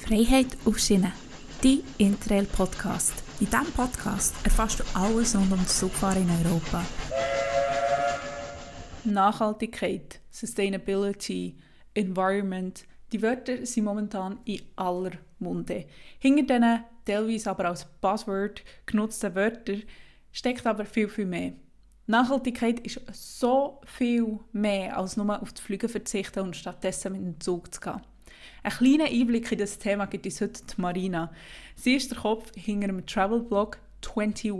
Freiheit auf Schiene, dein Interrail-Podcast. In diesem Podcast erfährst du alles rund um das Zugfahren in Europa. Nachhaltigkeit, Sustainability, Environment, die Wörter sind momentan in aller Munde. Hinter diesen, teilweise aber als Buzzword genutzten Wörtern, steckt aber viel, viel mehr. Nachhaltigkeit ist so viel mehr als nur auf das Fliegen verzichten und stattdessen mit dem Zug zu gehen. Einen kleinen Einblick in das Thema gibt uns heute die Marina. Sie ist der Kopf hinter dem Travel-Blog 21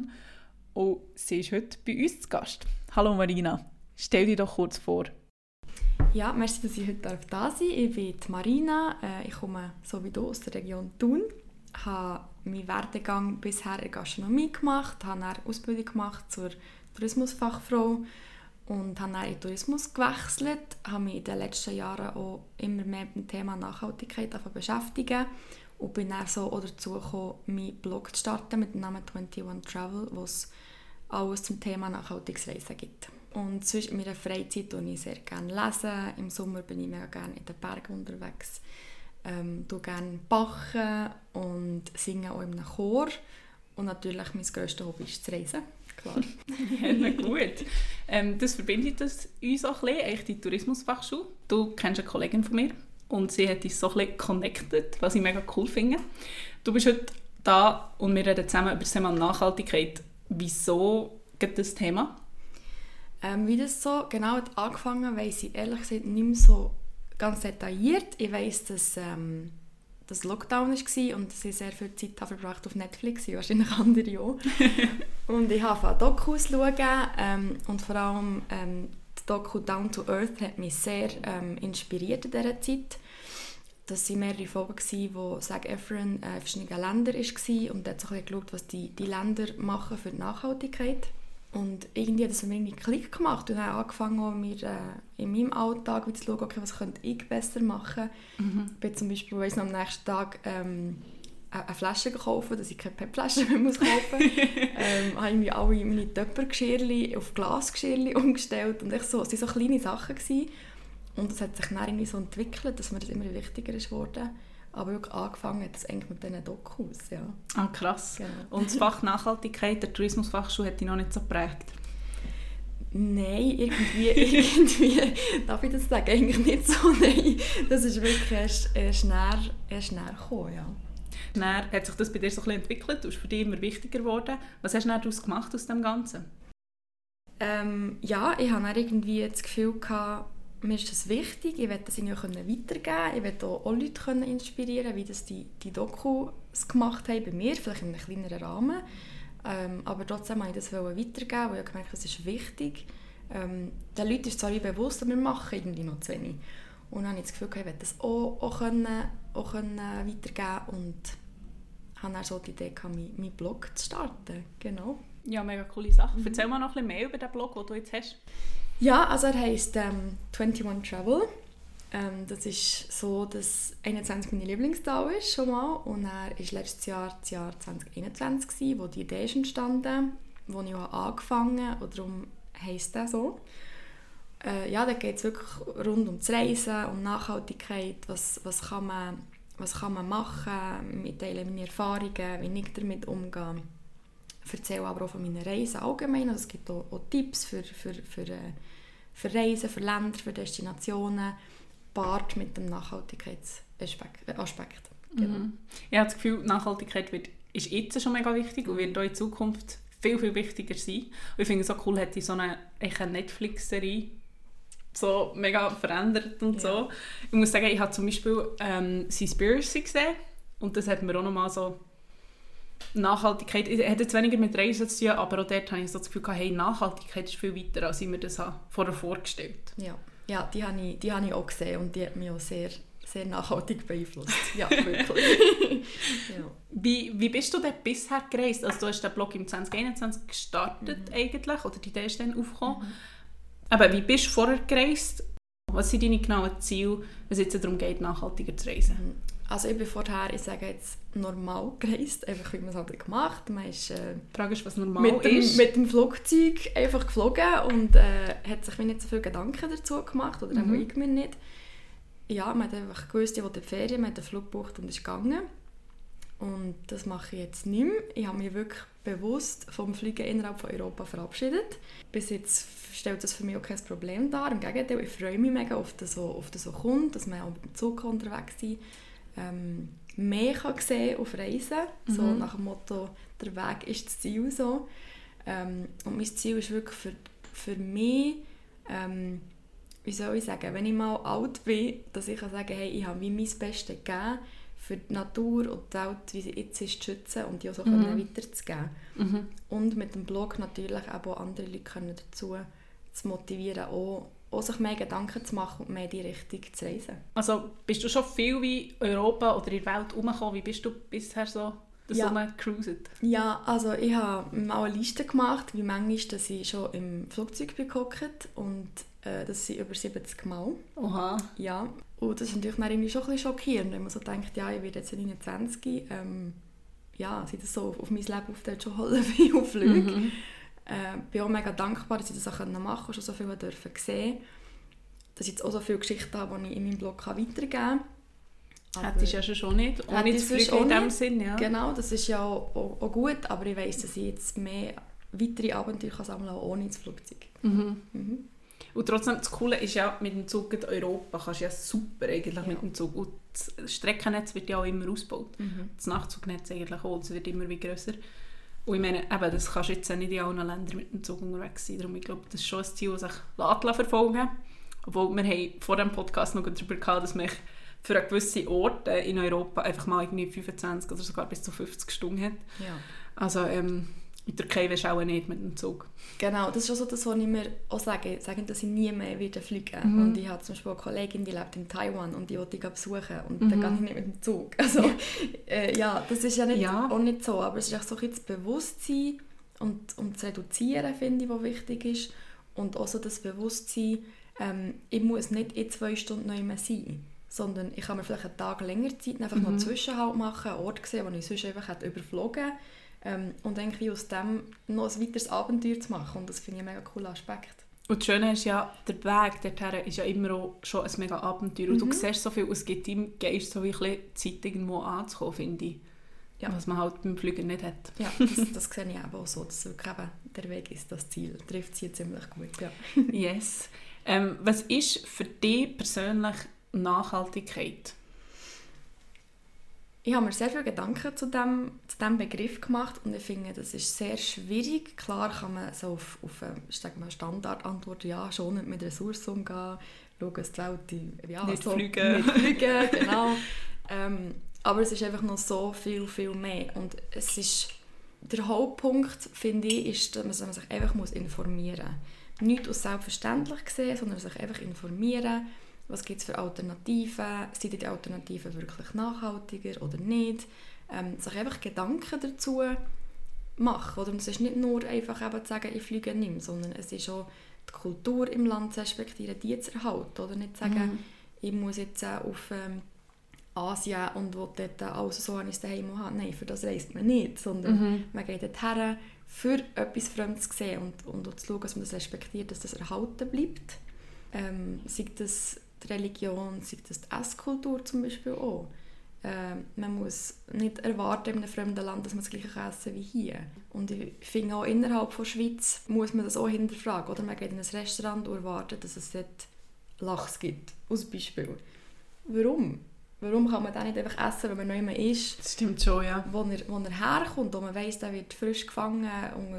und sie ist heute bei uns zu Gast. Hallo Marina, stell dich doch kurz vor. Ja, merci, dass ich heute da sein darf. Ich bin die Marina, ich komme so wie du aus der Region Thun. Ich habe meinen Werdegang bisher in der Gastronomie gemacht, habe eine Ausbildung gemacht zur Tourismusfachfrau und habe dann in den Tourismus gewechselt, habe mich in den letzten Jahren auch immer mehr mit dem Thema Nachhaltigkeit beschäftigt und bin dann so auch dazu gekommen, meinen Blog zu starten mit dem Namen 21 Travel, wo es alles zum Thema nachhaltiges Reisen gibt. Und sonst in meiner Freizeit lese ich sehr gerne lesen. Im Sommer bin ich mega gerne in den Bergen unterwegs. Ich gerne backen und singe auch in einem Chor. Und natürlich mein grösstes Hobby ist zu reisen. Klar. Ja, gut. Das verbindet uns auch ein bisschen, eigentlich die Tourismusfachschule. Du kennst eine Kollegin von mir und sie hat uns so ein bisschen connected, was ich mega cool finde. Du bist heute da und wir reden zusammen über das Thema Nachhaltigkeit. Wieso geht das Thema? Wie das so genau hat angefangen, weiss ich ehrlich gesagt nicht mehr so ganz detailliert. Ich weiss, dass das Lockdown war und dass ich sehr viel Zeit verbracht auf Netflix, wahrscheinlich andere auch. Und ich habe angefangen, Dokus zu schauen und vor allem die Doku «Down to Earth» hat mich sehr inspiriert in dieser Zeit. Das waren mehrere Folgen, wo Zac Efron in verschiedenen Ländern war und hat so ein bisschen geschaut, was die Länder machen für die Nachhaltigkeit. Und irgendwie hat das für mich einen Klick gemacht und dann angefangen, mir in meinem Alltag zu schauen, okay, was könnte ich besser machen. Ich bin zum Beispiel am nächsten Tag eine Flasche gekauft, dass ich keine PET-Flasche mehr kaufen muss. Habe ich alle meine Töppergeschirrchen auf Glasgeschirrchen umgestellt und es waren so kleine Sachen gewesen. Und es hat sich dann irgendwie so entwickelt, dass mir das immer wichtiger ist geworden. Aber wirklich angefangen hat es eigentlich mit diesen Dokus, ja. Ah, krass. Genau. Und das Fach Nachhaltigkeit der Tourismusfachschule hat dich noch nicht so geprägt? Nein, irgendwie darf ich das sagen? Eigentlich nicht so, nein. Das ist wirklich erst näher gekommen, ja. Dann hat sich das bei dir so ein bisschen entwickelt, du bist für dich immer wichtiger geworden. Was hast du dann daraus gemacht aus dem Ganzen? Ja, ich hatte dann irgendwie das Gefühl gehabt, mir ist das wichtig, ich will das ihnen weitergeben können, ich will auch Leute inspirieren, wie das die Dokus gemacht haben bei mir, vielleicht in einem kleineren Rahmen. Aber trotzdem wollte ich das weitergeben, weil ich gemerkt habe, es ist wichtig. Den Leuten ist zwar bewusst, aber wir machen irgendwie noch zu wenig. Und dann habe ich das Gefühl, ich will das auch weitergeben und habe dann so die Idee gehabt, meinen Blog zu starten. Genau. Ja, mega coole Sache. Erzähl mal noch ein bisschen mehr über den Blog, den du jetzt hast. Ja, also er heisst 21 Travel. Das ist so, dass 21 meine Lieblingszahl ist schon mal. Und er war letztes Jahr, das Jahr 2021, wo die Idee ist entstanden, wo ich auch angefangen habe. Und darum heisst er so. Ja, da geht es wirklich rund um das Reisen, um Nachhaltigkeit, was kann man machen, ich teile meine Erfahrungen, wie ich damit umgehe. Ich erzähle aber auch von meinen Reisen allgemein. Also es gibt auch Tipps für Reisen, für Länder, für Destinationen, gepaart mit dem Nachhaltigkeitsaspekt. Genau. Ich habe das Gefühl, Nachhaltigkeit ist jetzt schon mega wichtig und wird auch in Zukunft viel, viel wichtiger sein. Und ich finde es so cool, hat so eine Netflix-Serie so mega verändert und so. Ich muss sagen, ich habe zum Beispiel Seaspiracy gesehen und das hat mir auch nochmal so Nachhaltigkeit, es hat jetzt weniger mit Reisen zu tun, aber auch dort habe ich so das Gefühl gehabt, hey, Nachhaltigkeit ist viel weiter, als ich mir das vorher vorgestellt habe. Ja, die habe ich auch gesehen und die hat mich auch sehr, sehr nachhaltig beeinflusst. Ja, wirklich. Ja. Wie bist du denn bisher gereist? Also du hast den Blog im 2021 gestartet eigentlich, oder die Idee ist dann aufgekommen. Aber wie bist du vorher gereist? Was sind deine genauen Ziele, wenn es jetzt darum geht, nachhaltiger zu reisen? Also ich bin vorher, ich sage jetzt, normal gereist, einfach wie man es halt gemacht. Man ist die Frage ist, was normal ist. Mit dem Flugzeug einfach geflogen und hat sich mir nicht so viele Gedanken dazu gemacht, oder auch ich mir nicht. ja, man hat einfach gewusst, ich will in die Ferien, man hat den Flug gebucht und ist gegangen. Und das mache ich jetzt nicht mehr. Ich habe mich wirklich bewusst vom Fliegen innerhalb von Europa verabschiedet. Bis jetzt stellt das für mich auch kein Problem dar. Im Gegenteil, ich freue mich mega, auf das so kommt, dass man auch mit dem Zug unterwegs sein mehr kann sehen auf Reisen. So nach dem Motto, der Weg ist das Ziel. So. Und mein Ziel ist wirklich für mich, wie soll ich sagen, wenn ich mal alt bin, dass ich kann sagen, hey, ich habe wie mein Bestes gegeben, für die Natur und die Welt, wie sie jetzt ist, zu schützen und die auch so weiterzugeben. Und mit dem Blog natürlich auch andere Leute können dazu zu motivieren, auch sich mehr Gedanken zu machen und mehr in die Richtung zu reisen. Also bist du schon viel wie Europa oder in der Welt herumgekommen? Wie bist du bisher so rumgecruiset? Ja, also ich habe mal eine Liste gemacht, wie manchmal dass ich schon im Flugzeug bin gehockt und das sind über 70 Mal. Oha. Ja, und das ist natürlich irgendwie schon ein bisschen schockierend, wenn man so denkt, ja, ich werde jetzt 29, sind das so auf mein Leben auf schon holen wie auf Flüge. Ich bin auch mega dankbar, dass ich das auch machen konnte und schon so viel dürfen sehen, dass ich jetzt auch so viele Geschichten habe, die ich in meinem Blog weitergeben kann. Hättest du ja schon nicht, ohne zu fliegen in dem Sinn. Ja. Genau, das ist ja auch gut, aber ich weiss, dass ich jetzt mehr weitere Abenteuer sammeln kann, ohne das Flugzeug. Und trotzdem, das Coole ist ja, mit dem Zug in Europa kannst du ja super eigentlich mit dem Zug. Und das Streckennetz wird ja auch immer ausgebaut. Das Nachtzugnetz eigentlich auch, das wird immer grösser. Und ich meine, eben, das kannst du jetzt nicht in allen Ländern mit dem Zug unterwegs sein. Darum, ich glaube, das ist schon ein Ziel, das sich verfolgen lässt. Obwohl, wir haben vor dem Podcast noch darüber gehabt, dass man für eine gewisse Orte in Europa einfach mal irgendwie 25 oder sogar bis zu 50 Stunden hat. Ja. Also in der Türkei willst du auch nicht mit dem Zug. Genau, das ist auch so das, was ich mir auch sage, dass ich nie mehr wieder fliegen. Und ich habe zum Beispiel eine Kollegin, die lebt in Taiwan und die wollte ich besuchen und dann gehe ich nicht mit dem Zug. Also das ist ja, nicht, auch nicht so, aber es ist auch so ein das Bewusstsein und das Reduzieren, finde ich, was wichtig ist. Und auch so das Bewusstsein, ich muss nicht in 2 Stunden noch mehr sein, sondern ich kann mir vielleicht einen Tag länger Zeit einfach noch einen Zwischenhalt machen, einen Ort sehen, den ich sonst einfach hätte überflogen und irgendwie aus dem noch ein weiteres Abenteuer zu machen. Und das finde ich einen mega coolen Aspekt. Und das Schöne ist ja, der Weg dorthin ist ja immer auch schon ein mega Abenteuer. Und du siehst so viel, es gibt im Geist so ein bisschen Zeit, irgendwo anzukommen, finde ich. Ja. Was man halt beim Fliegen nicht hat. Ja, das sehe ich auch so, dass wirklich eben der Weg ist das Ziel. Trifft sie ziemlich gut, ja. Yes. Was ist für dich persönlich Nachhaltigkeit? Ich habe mir sehr viele Gedanken zu diesem Begriff gemacht und ich finde, das ist sehr schwierig. Klar kann man so auf eine Standardantwort, ja, schon nicht mit Ressourcen umgehen, schauen, dass die Welt nicht so fliegen, genau. Aber es ist einfach noch so viel, viel mehr. Und es ist, der Hauptpunkt, finde ich, ist, dass man sich einfach informieren muss. Nicht als selbstverständlich sehen, sondern sich einfach informieren. Was gibt es für Alternativen? Sind die Alternativen wirklich nachhaltiger oder nicht? Sich einfach Gedanken dazu machen. Oder es ist nicht nur einfach eben zu sagen, ich fliege nicht mehr, sondern es ist auch die Kultur im Land zu respektieren, die zu erhalten. Oder nicht zu sagen, ich muss jetzt auf Asien und will dort alles so an daheim haben. Nein, für das reist man nicht, sondern man geht dorthin, für etwas Fremdes zu sehen und auch zu schauen, dass man das respektiert, dass das erhalten bleibt. Sei das die Religion, sei das die Esskultur zum Beispiel auch. Man muss nicht erwarten in einem fremden Land, dass man das gleiche essen wie hier. Und ich finde auch innerhalb der Schweiz muss man das auch hinterfragen. Oder man geht in ein Restaurant und erwartet, dass es dort Lachs gibt, als Beispiel. Warum? Warum kann man den nicht einfach essen, wenn man neu mehr ist? Das stimmt schon, ja. Wo er herkommt, wo man weiss, der wird frisch gefangen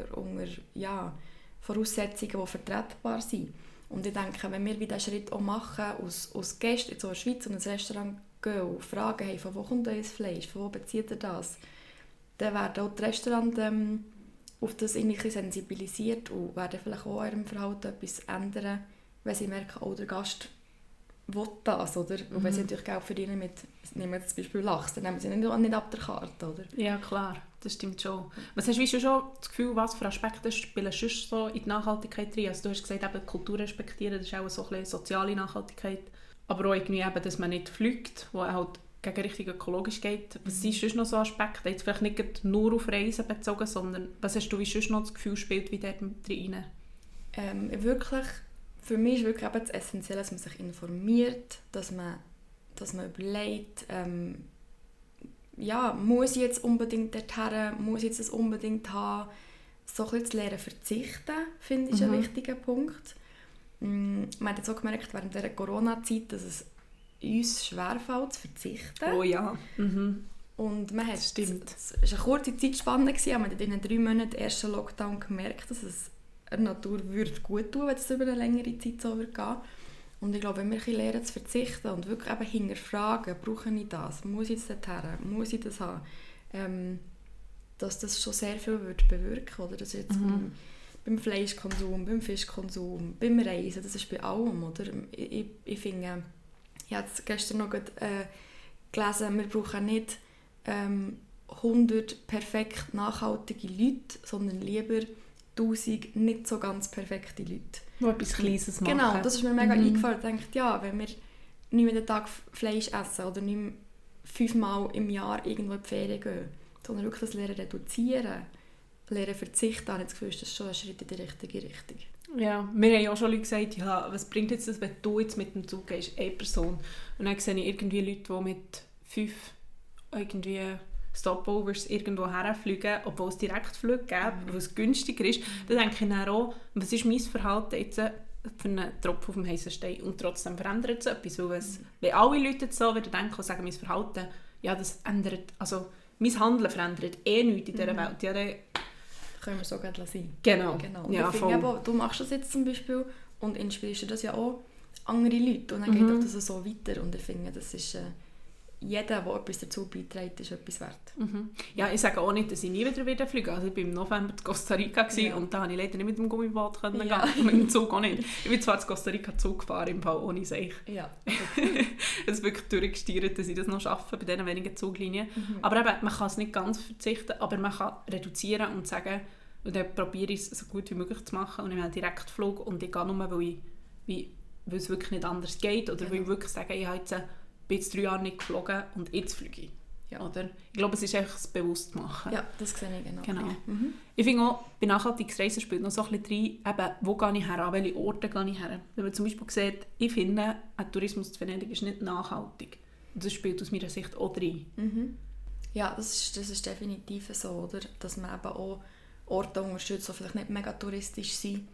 unter Voraussetzungen, die vertretbar sind. Und ich denke, wenn wir diesen Schritt auch machen, aus Gästen in der Schweiz in ein Restaurant gehen und fragen, hey, von wo kommt euer Fleisch, von wo bezieht ihr das, dann werden auch die Restaurants auf das irgendwie sensibilisiert und werden vielleicht auch in ihrem Verhalten etwas ändern, wenn sie merken, oh, der Gast will das, oder? Und wenn sie natürlich Geld verdienen mit, nehmen wir zum Beispiel Lachs, dann nehmen sie nicht ab der Karte, oder? Ja, klar. Das stimmt schon. Was hast du schon das Gefühl, was für Aspekte spielen sonst so in die Nachhaltigkeit rein? Also du hast gesagt, eben, die Kultur respektieren, das ist auch so ein bisschen soziale Nachhaltigkeit. Aber auch irgendwie eben, dass man nicht fliegt, wo halt gegen richtig ökologisch geht. Was sind sonst noch so Aspekte? Jetzt vielleicht nicht nur auf Reisen bezogen, sondern was hast du wie sonst noch das Gefühl, spielt wie dort rein? Wirklich, für mich ist wirklich eben das Essentielle, dass man sich informiert, dass man dass man überlegt, muss ich jetzt unbedingt dorthin, muss ich jetzt das unbedingt haben. So ein bisschen zu lernen verzichten, finde ich ein wichtiger Punkt. Man hat jetzt auch gemerkt, während dieser Corona-Zeit, dass es uns schwerfällt, zu verzichten. Oh ja. Und man hat, stimmt. Es war eine kurze Zeitspanne, aber man hat in den 3 Monaten den ersten Lockdown gemerkt, dass es der Natur würde gut tun, wenn es über eine längere Zeit so wird gehen. Und ich glaube, wenn wir lernen zu verzichten und wirklich eben hinterfragen, brauche ich das, muss ich das dorthin, muss ich das haben, dass das schon sehr viel würde bewirken, oder? Das ist jetzt beim Fleischkonsum, beim Fischkonsum, beim Reisen, das ist bei allem, oder? Ich finde, ich habe gestern noch gelesen, wir brauchen nicht 100 perfekt nachhaltige Leute, sondern lieber 1000 nicht so ganz perfekte Leute. Die etwas Kleines machen. Genau, das ist mir mega eingefallen. Ich dachte, ja, wenn wir nicht mehr den Tag Fleisch essen oder nicht mehr 5-mal im Jahr irgendwo in die Ferien gehen, sondern wirklich das Lernen reduzieren, lernen verzichten, habe ich das Gefühl, das ist schon ein Schritt in die richtige Richtung. Ja, wir haben auch schon gesagt, ja, was bringt jetzt das, wenn du jetzt mit dem Zug gehst, eine Person, und dann sehe ich irgendwie Leute, die mit 5 irgendwie Stopovers irgendwo herfliegen, obwohl es Direktflüge gibt, weil es günstiger ist, dann denke ich dann auch, was ist mein Verhalten jetzt für einen Tropfen auf dem heißen Stein, und trotzdem verändert es etwas, weil wenn alle Leute jetzt so wieder denken und sagen, mein Verhalten, ja, das ändert, also mein Handeln verändert nichts in dieser Welt, ja, dann können wir so gut sein. Genau. Und Ja, ich finde eben, du machst das jetzt zum Beispiel und inspirierst das ja auch andere Leute und dann geht auch das so weiter, und ich finde, das ist jeder, der etwas dazu beiträgt, ist etwas wert. Ja, ich sage auch nicht, dass ich nie wieder fliege. Also ich war im November in Costa Rica und da konnte ich leider nicht mit dem Gummiboot gehen, und mit dem Zug auch nicht. Ich bin zwar in Costa Rica Zug gefahren, im Fall ohne Seich. Ja. Es ist wirklich durchgestiert, dass ich das noch schaffe bei diesen wenigen Zuglinien. Aber eben, man kann es nicht ganz verzichten, aber man kann reduzieren und sagen, und dann probiere ich es so gut wie möglich zu machen, und ich habe einen Direktflug und ich gehe nur, weil es wirklich nicht anders geht, oder weil ich wirklich sage, ich habe bin jetzt 3 Jahre nicht geflogen und jetzt fliege ich. Ja. Oder? Ich glaube, es ist einfach das Bewusstmachen. Ja, das sehe ich genau. Ich finde auch, bei nachhaltiges Reisen spielt noch so ein bisschen rein, eben, wo gehe ich her, an welche Orte gehe ich her. Wenn man zum Beispiel sieht, ich finde, ein Tourismus in Venedig ist nicht nachhaltig. Und das spielt aus meiner Sicht auch rein. Ja, das ist definitiv so, oder? Dass man eben auch Orte unterstützt, die vielleicht nicht mega touristisch sind,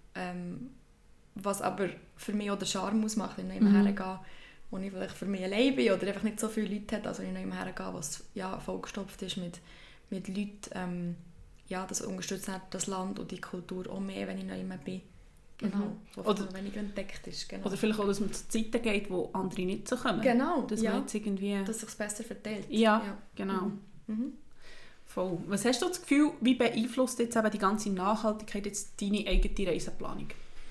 was aber für mich auch den Charme ausmacht, wenn ich nicht mehr hergehe, wo ich vielleicht für mich allein bin oder einfach nicht so viele Leute hat, also wenn ich nicht mehr hergehe, was vollgestopft ist mit Leuten, das unterstützt das Land und die Kultur auch mehr, wenn ich nicht mehr bin. Genau, oder weniger entdeckt ist. Genau. Oder vielleicht auch, dass man zu Zeiten geht, wo andere nicht so kommen. Genau, dass man jetzt irgendwie... dass es sich besser verteilt. Ja. Genau. Voll. Was hast du das Gefühl, wie beeinflusst jetzt eben die ganze Nachhaltigkeit jetzt deine eigene Reiseplanung?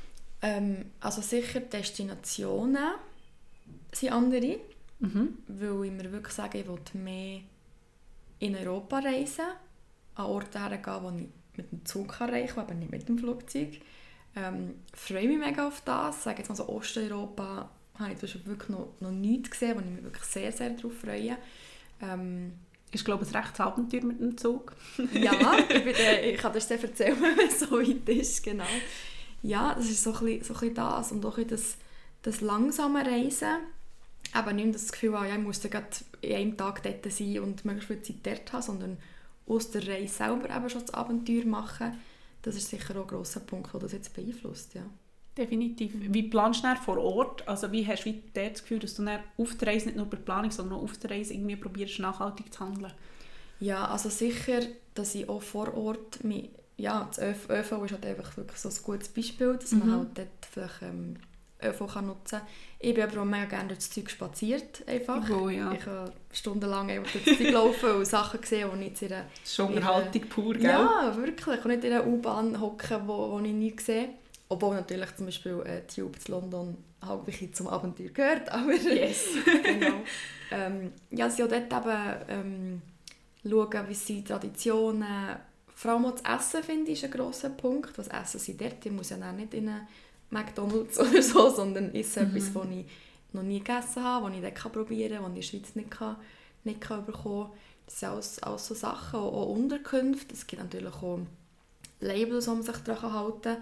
Also sicher Destinationen sind andere, weil ich mir wirklich sage, ich will mehr in Europa reisen, an Orte hergehen, wo ich mit dem Zug erreichen kann, aber nicht mit dem Flugzeug. Freue mich mega auf das. Ich sage jetzt mal so, Osteuropa habe ich wirklich noch nichts gesehen, wo ich mich wirklich sehr, sehr darauf freue. Ist, glaube ich, ein rechtes Abenteuer mit dem Zug. Ja, ich kann dir das erzählen, wenn es so weit ist, genau. Ja, das ist so ein bisschen das und auch das langsame Reisen. Aber nicht das Gefühl, ich muss gerade in einem Tag dort sein und möglichst viel Zeit dort haben, sondern aus der Reise selber eben schon das Abenteuer machen. Das ist sicher auch ein grosser Punkt, der das jetzt beeinflusst. Ja. Definitiv. Wie planst du vor Ort? Also wie hast du das Gefühl, dass du auf der Reise nicht nur bei der Planung, sondern auch auf der Reise irgendwie probierst, nachhaltig zu handeln? Ja, also sicher, dass ich auch vor Ort das ÖV ist halt einfach wirklich so ein gutes Beispiel, dass man halt dort vielleicht ÖV kann nutzen kann. Ich bin aber auch mega gerne durch das Zeug spaziert. Einfach. Oh, ja. Ich habe stundenlang einfach durch das Zeug gelaufen und Sachen gesehen, die ich jetzt das ist schon Unterhaltung pur, gell? Ja, wirklich. Und nicht in einer U-Bahn hocken, wo ich nie sehe. Obwohl natürlich zum Beispiel Tube in London halt wirklich zum Abenteuer gehört. Aber yes. Genau. Sie auch dort eben schauen, wie sind Traditionen. Vor allem auch das Essen, finde ich, ist ein grosser Punkt. Was essen sie dort? Ich muss ja auch nicht in einen McDonald's oder so, sondern esse etwas, das ich noch nie gegessen habe, das ich dort probieren kann, das ich in der Schweiz nicht bekommen kann. Das sind alles so Sachen, auch Unterkünfte. Es gibt natürlich auch Labels, die man sich daran halten kann.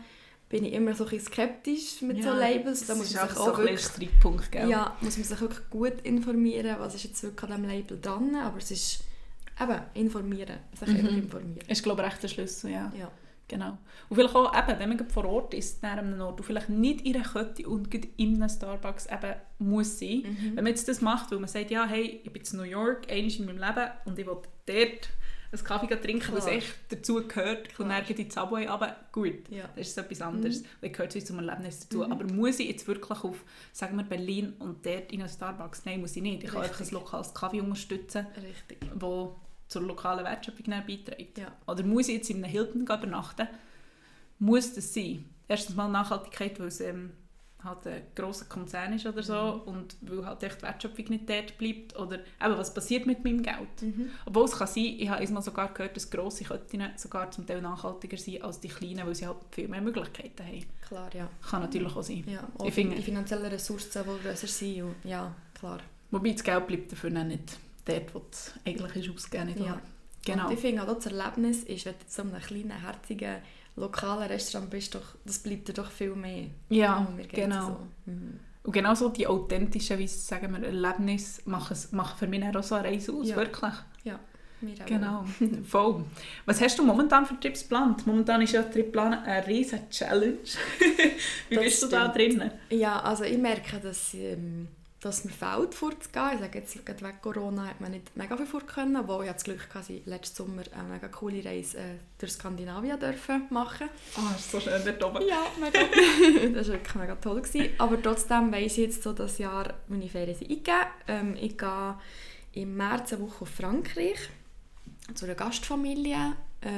bin ich immer so ein bisschen skeptisch mit so Labels. Da muss man sich auch wirklich, ein Streitpunkt, gell? ja, muss man sich wirklich gut informieren, was ist jetzt wirklich an diesem Label dran, aber es ist eben informieren, sich einfach informieren. Ist, glaube ich, recht der Schlüssel, ja. Ja. Genau. Und vielleicht auch, eben, wenn man vor Ort ist, an einem Ort, und vielleicht nicht in einer Kette und in einem Starbucks eben muss sein. Wenn man jetzt das macht, weil man sagt, ja, hey, ich bin in New York, einmal in meinem Leben und ich will dort einen Kaffee trinken, was echt dazu gehört, von nirgends in die Subway, aber gut, das ist etwas anderes. Das gehört zum Erlebnis dazu. Aber muss ich jetzt wirklich auf, sagen wir, Berlin und dort in einen Starbucks? Nein, muss ich nicht. Ich kann einfach ein lokales Kaffee unterstützen, wo zur lokalen Wertschöpfung beiträgt. Ja. Oder muss ich jetzt in einem Hilton übernachten? Muss das sein? Erstens mal Nachhaltigkeit, weil es halt ein grosser Konzern ist oder so und weil halt echt die Wertschöpfung nicht dort bleibt. Oder eben, was passiert mit meinem Geld? Obwohl es kann sein, ich habe einmal sogar gehört, dass grosse Ketten sogar zum Teil nachhaltiger sind als die kleinen, weil sie halt viel mehr Möglichkeiten haben. Klar, ja. Kann natürlich auch sein. Ja, auch die finanziellen Ressourcen, die grösser sind. Und, ja, klar. Wobei das Geld bleibt dafür nicht dort, wo es eigentlich ist ausgegeben ist. Ja. Genau. Und ich finde auch das Erlebnis ist, wenn du in so einem kleinen, herzigen, lokalen Restaurant bist, das bleibt dir doch viel mehr. Ja, genau. So. Und genau so die authentischen, wie sagen wir, Erlebnisse machen für mich auch so eine Reise aus, wirklich. Ja, mir auch. Genau, voll. Was hast du momentan für Trips geplant? Momentan ist ja der Trip eine riesige Challenge. Wie bist du da drin? Ja, also ich merke, dass mir fehlt, vorzugehen. Ich sage jetzt, wegen Corona hat man nicht mega viel vor können, obwohl ich das Glück hatte, dass ich letzten Sommer eine mega coole Reise durch Skandinavien machen durfte. Ah, ist so schön dort oben. Ja, mega. Das war wirklich mega toll. Aber trotzdem weiss ich jetzt so, das Jahr meine Ferien sind eingegeben. Ich gehe im März eine Woche auf Frankreich zu einer Gastfamilie.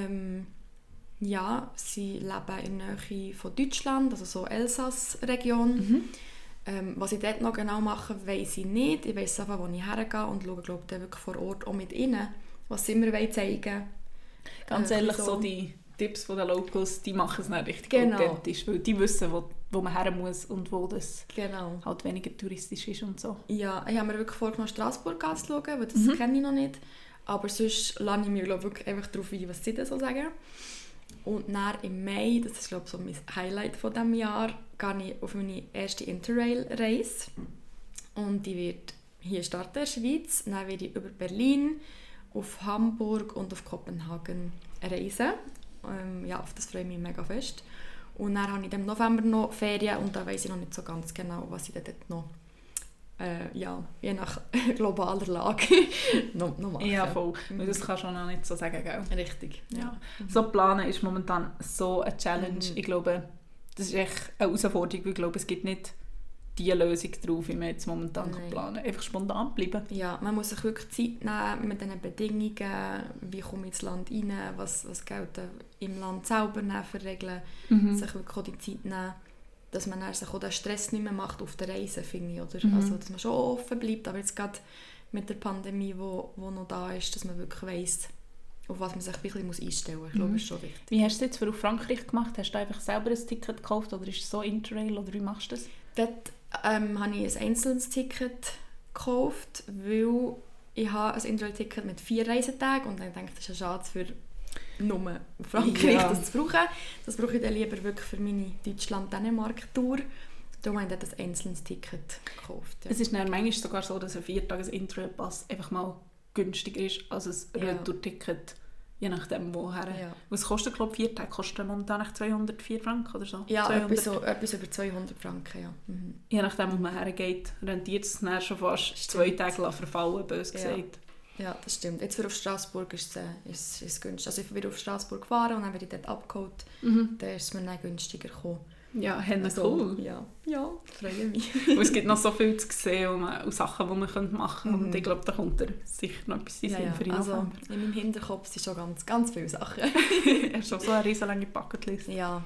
Ja, sie leben in der Nähe von Deutschland, also so Elsass-Region. Was ich dort noch genau mache, weiss ich nicht. Ich weiss einfach, wo ich hergehe und schaue, glaube ich, wirklich vor Ort auch mit ihnen, was sie mir zeigen wollen. Ganz ehrlich, so die Tipps von den Locals, die machen es nicht richtig authentisch, weil die wissen, wo man her muss und wo das halt weniger touristisch ist und so. Ja, ich habe mir wirklich vorgenommen, Straßburg anzuschauen, weil das kenne ich noch nicht. Aber sonst lasse ich mich wirklich einfach darauf ein, was sie da so sagen. Und dann im Mai, das ist glaube ich so mein Highlight von diesem Jahr, gehe ich auf meine erste Interrail-Reise. Und die wird hier starten in der Schweiz. Dann werde ich über Berlin, auf Hamburg und auf Kopenhagen reisen. Ja, auf das freue ich mich mega fest. Und dann habe ich im November noch Ferien und da weiss ich noch nicht so ganz genau, was ich dort noch je nach globaler Lage noch machen. Ja, voll. Das kannst du noch nicht so sagen, gell? Richtig. Ja. So planen ist momentan so eine Challenge. Ich glaube, das ist echt eine Herausforderung, weil ich glaube, es gibt nicht die Lösung drauf, wie man jetzt momentan planen kann. Einfach spontan bleiben. Ja, man muss sich wirklich Zeit nehmen mit diesen Bedingungen, wie komme ich ins Land rein, was gelten im Land selber für Regeln, sich wirklich auch die Zeit nehmen, dass man dann sich auch den Stress nicht mehr macht auf der Reise, finde ich. Oder? Also, dass man schon offen bleibt, aber jetzt gerade mit der Pandemie, wo noch da ist, dass man wirklich weiss, auf was man sich ein bisschen einstellen muss. Ich glaube, das ist schon wichtig. Wie hast du es jetzt für auf Frankreich gemacht? Hast du einfach selber ein Ticket gekauft oder ist es so Interrail oder wie machst du das? Dort habe ich ein einzelnes Ticket gekauft, weil ich habe ein Interrail-Ticket mit 4 Reisetagen und dann denke ich, das ist ja schade für nur Frankreich das zu brauchen. Das brauche ich dann lieber wirklich für meine Deutschland-Dänemark-Tour. Darum habe ich dort ein einzelnes Ticket gekauft. Ja. Es ist dann manchmal sogar so, dass ein 4-Tages-Interrail-Pass einfach mal günstiger ist als ein Retour-Ticket. Je nachdem, woher. Ja. Was kostet, glaube ich, 4 Tage? Kostet momentan 204 Franken oder so? Ja, etwas über 200 Franken, ja. Je nachdem, wo man hergeht, rentiert es dann schon fast 2 Tage verfallen, bös gesagt. Ja, das stimmt. Jetzt für auf Straßburg ist es günstig. Also ich bin auf Straßburg gefahren und dann werde ich dort abgeholt. Dann ist es mir dann günstiger gekommen. Ja, cool. Ja, freue mich. Es gibt noch so viel zu sehen und Sachen, die man machen könnte. Und ich glaube, da kommt sicher noch etwas in Sinn für ihn. Also in meinem Hinterkopf sind schon ganz, ganz viele Sachen. Hast du so eine riesenlange Bucketlist? Ja,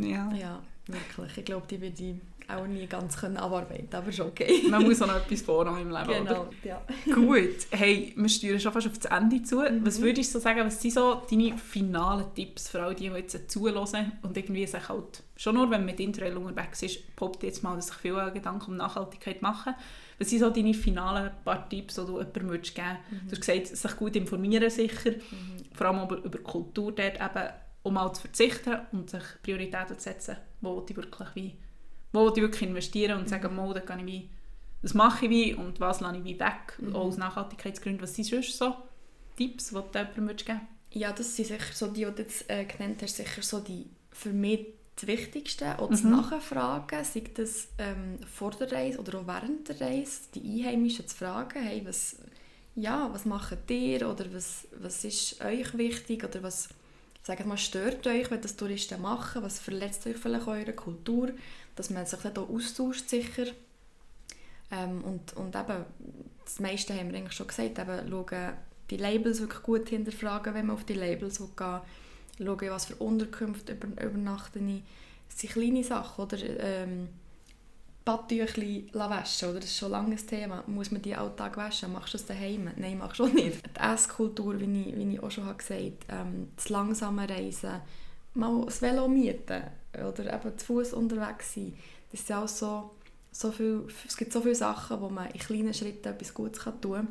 wirklich. Ich glaube, die werde ich auch nie ganz abarbeiten, aber schon okay. Man muss auch noch etwas vorhaben im Leben, genau, oder? Ja. Gut, hey, wir steuern schon fast auf das Ende zu. Was würdest du so sagen, was sind so deine finalen Tipps für alle, die jetzt zuhören und irgendwie sich halt, schon nur wenn man mit Interrail unterwegs ist, poppt jetzt mal, dass sich viele Gedanken um Nachhaltigkeit machen. Was sind so deine finalen paar Tipps, die du jemandem geben würdest? Du hast gesagt, sich gut informieren sicher, vor allem über Kultur dort eben um mal zu verzichten und sich Prioritäten zu setzen, wo ich wirklich investieren und sagen, da kann ich das mache ich wie und was lasse ich wie weg, auch aus Nachhaltigkeitsgründen. Was sind sonst so Tipps, die du jemandem geben würdest? Ja, das sind sicher so die du jetzt genannt hast, sicher so die für mich das Wichtigste. Auch das Nachfragen, sei das vor der Reise oder auch während der Reise, die Einheimischen zu fragen, hey, was macht ihr oder was ist euch wichtig oder was stört euch, wenn das Touristen machen, was verletzt euch vielleicht eure Kultur, dass man sich dann auch austauscht sicher. Und eben, das meiste haben wir eigentlich schon gesagt, eben schauen, die Labels wirklich gut hinterfragen, wenn man auf die Labels gehen will, schauen, was für Unterkünfte übernachten ich. Das sind kleine Sachen, oder Badtüchli waschen, oder das ist schon lange ein Thema. Muss man die Alltag waschen? Machst du das daheim? Nein, machst du nicht. Die Esskultur, wie ich auch schon gesagt habe, das langsame Reisen, mal das Velo mieten oder eben zu Fuß unterwegs sein. Das ist auch so viel, es gibt so viele Sachen, wo man in kleinen Schritten etwas Gutes tun kann.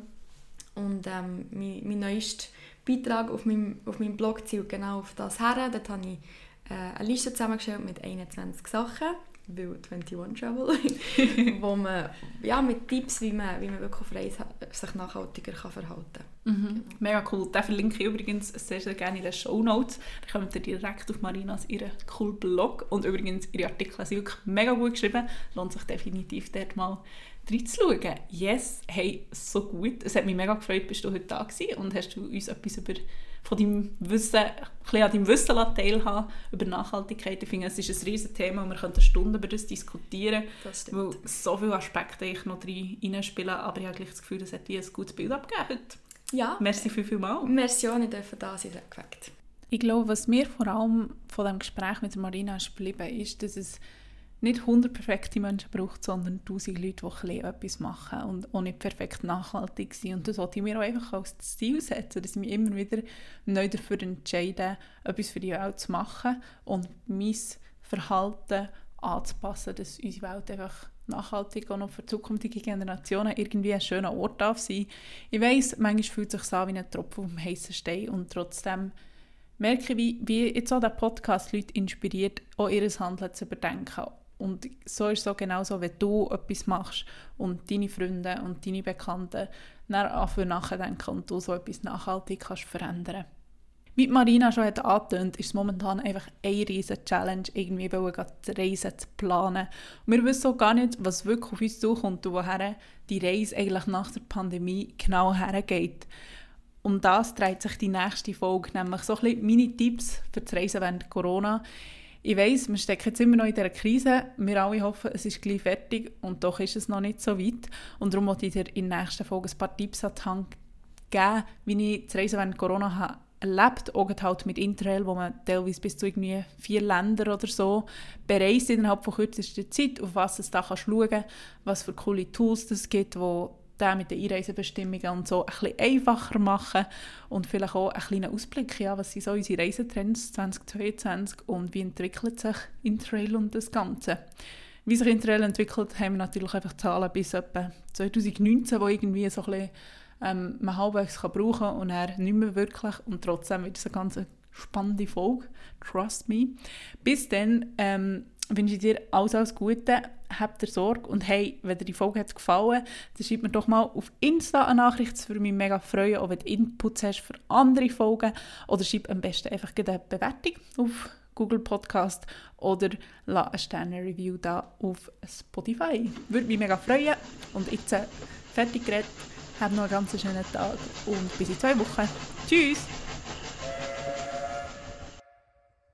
Und mein neuester Beitrag auf meinem Blog zielt genau auf das her. Dort habe ich eine Liste zusammengestellt mit 21 Sachen, weil 21 Travel, wo man mit Tipps, wie man wirklich auf Reise sich nachhaltiger verhalten kann. Genau. Mega cool. Den verlinke ich übrigens sehr, sehr gerne in den Shownotes. Da kommt ihr direkt auf Marinas ihren coolen Blog. Und übrigens, ihre Artikel sind wirklich mega gut geschrieben. Lohnt sich definitiv dort mal reinzuschauen. Yes, hey, so gut. Es hat mich mega gefreut, bist du heute da gewesen und hast du uns etwas von deinem Wissen, ein bisschen an deinem Wissen teilhaben über Nachhaltigkeit. Ich finde, es ist ein riesiges Thema und wir könnten Stunden über das diskutieren, weil so viele Aspekte ich noch reinspielen, aber ich habe gleich das Gefühl, das hat dir ein gutes Bild abgegeben heute. Ja. Merci vielmals. Merci auch, ich durfte da sein, sehr geweckt. Ich glaube, was mir vor allem von diesem Gespräch mit Marina ist geblieben, ist, dass es nicht 100 perfekte Menschen braucht, sondern 1000 Leute, die etwas machen und auch nicht perfekt nachhaltig sind. Und das wollte ich mir auch einfach als Ziel setzen, dass ich mich immer wieder neu dafür entscheide, etwas für die Welt zu machen und mein Verhalten anzupassen, dass unsere Welt einfach nachhaltig auch noch für zukünftige Generationen irgendwie ein schöner Ort darf sein. Ich weiss, manchmal fühlt es sich an wie ein Tropfen auf dem heissen Stein und trotzdem merke ich, wie jetzt auch der Podcast Leute inspiriert, auch ihr Handeln zu überdenken. Und so ist es auch genauso, wenn du etwas machst und deine Freunde und deine Bekannten dann anfangen nachdenken und du so etwas nachhaltig kannst verändern. Wie Marina schon hat angetönt, ist es momentan einfach eine riesige Challenge, irgendwie die Reise zu planen. Und wir wissen auch gar nicht, was wirklich auf uns zukommt und woher die Reise eigentlich nach der Pandemie genau hergeht. Um das dreht sich die nächste Folge, nämlich so ein bisschen meine Tipps für das Reisen während Corona. Ich weiss, wir stecken jetzt immer noch in dieser Krise. Wir alle hoffen, es ist gleich fertig und doch ist es noch nicht so weit. Und darum wollte ich dir in der nächsten Folge ein paar Tipps an die Hand geben, wie ich das Reisen während Corona habe erlebt, auch halt mit Interrail, wo man teilweise bis zu irgendwie 4 Länder oder so bereist innerhalb von kürzester Zeit, auf was es da schauen kannst, was für coole Tools es gibt, die den mit den Einreisebestimmungen und so ein bisschen einfacher machen und vielleicht auch einen kleinen Ausblick, ja, was sind so unsere Reisetrends 2022 und wie entwickelt sich Interrail und das Ganze. Wie sich Interrail entwickelt, haben wir natürlich einfach Zahlen bis etwa 2019, wo irgendwie so ein bisschen man halbwegs brauchen kann und dann nicht mehr wirklich und trotzdem wird es eine ganz spannende Folge, trust me. Bis dann wünsche ich dir alles Gute, habt ihr Sorge und hey, wenn dir die Folge hat gefallen, dann schreib mir doch mal auf Insta eine Nachricht, das würde mich mega freuen, auch wenn du Inputs hast für andere Folgen oder schreib am besten einfach eine Bewertung auf Google Podcast oder lass eine Sterne-Review da auf Spotify. Würde mich mega freuen und jetzt fertig geredet, habt noch einen ganz schönen Tag und bis in 2 Wochen. Tschüss!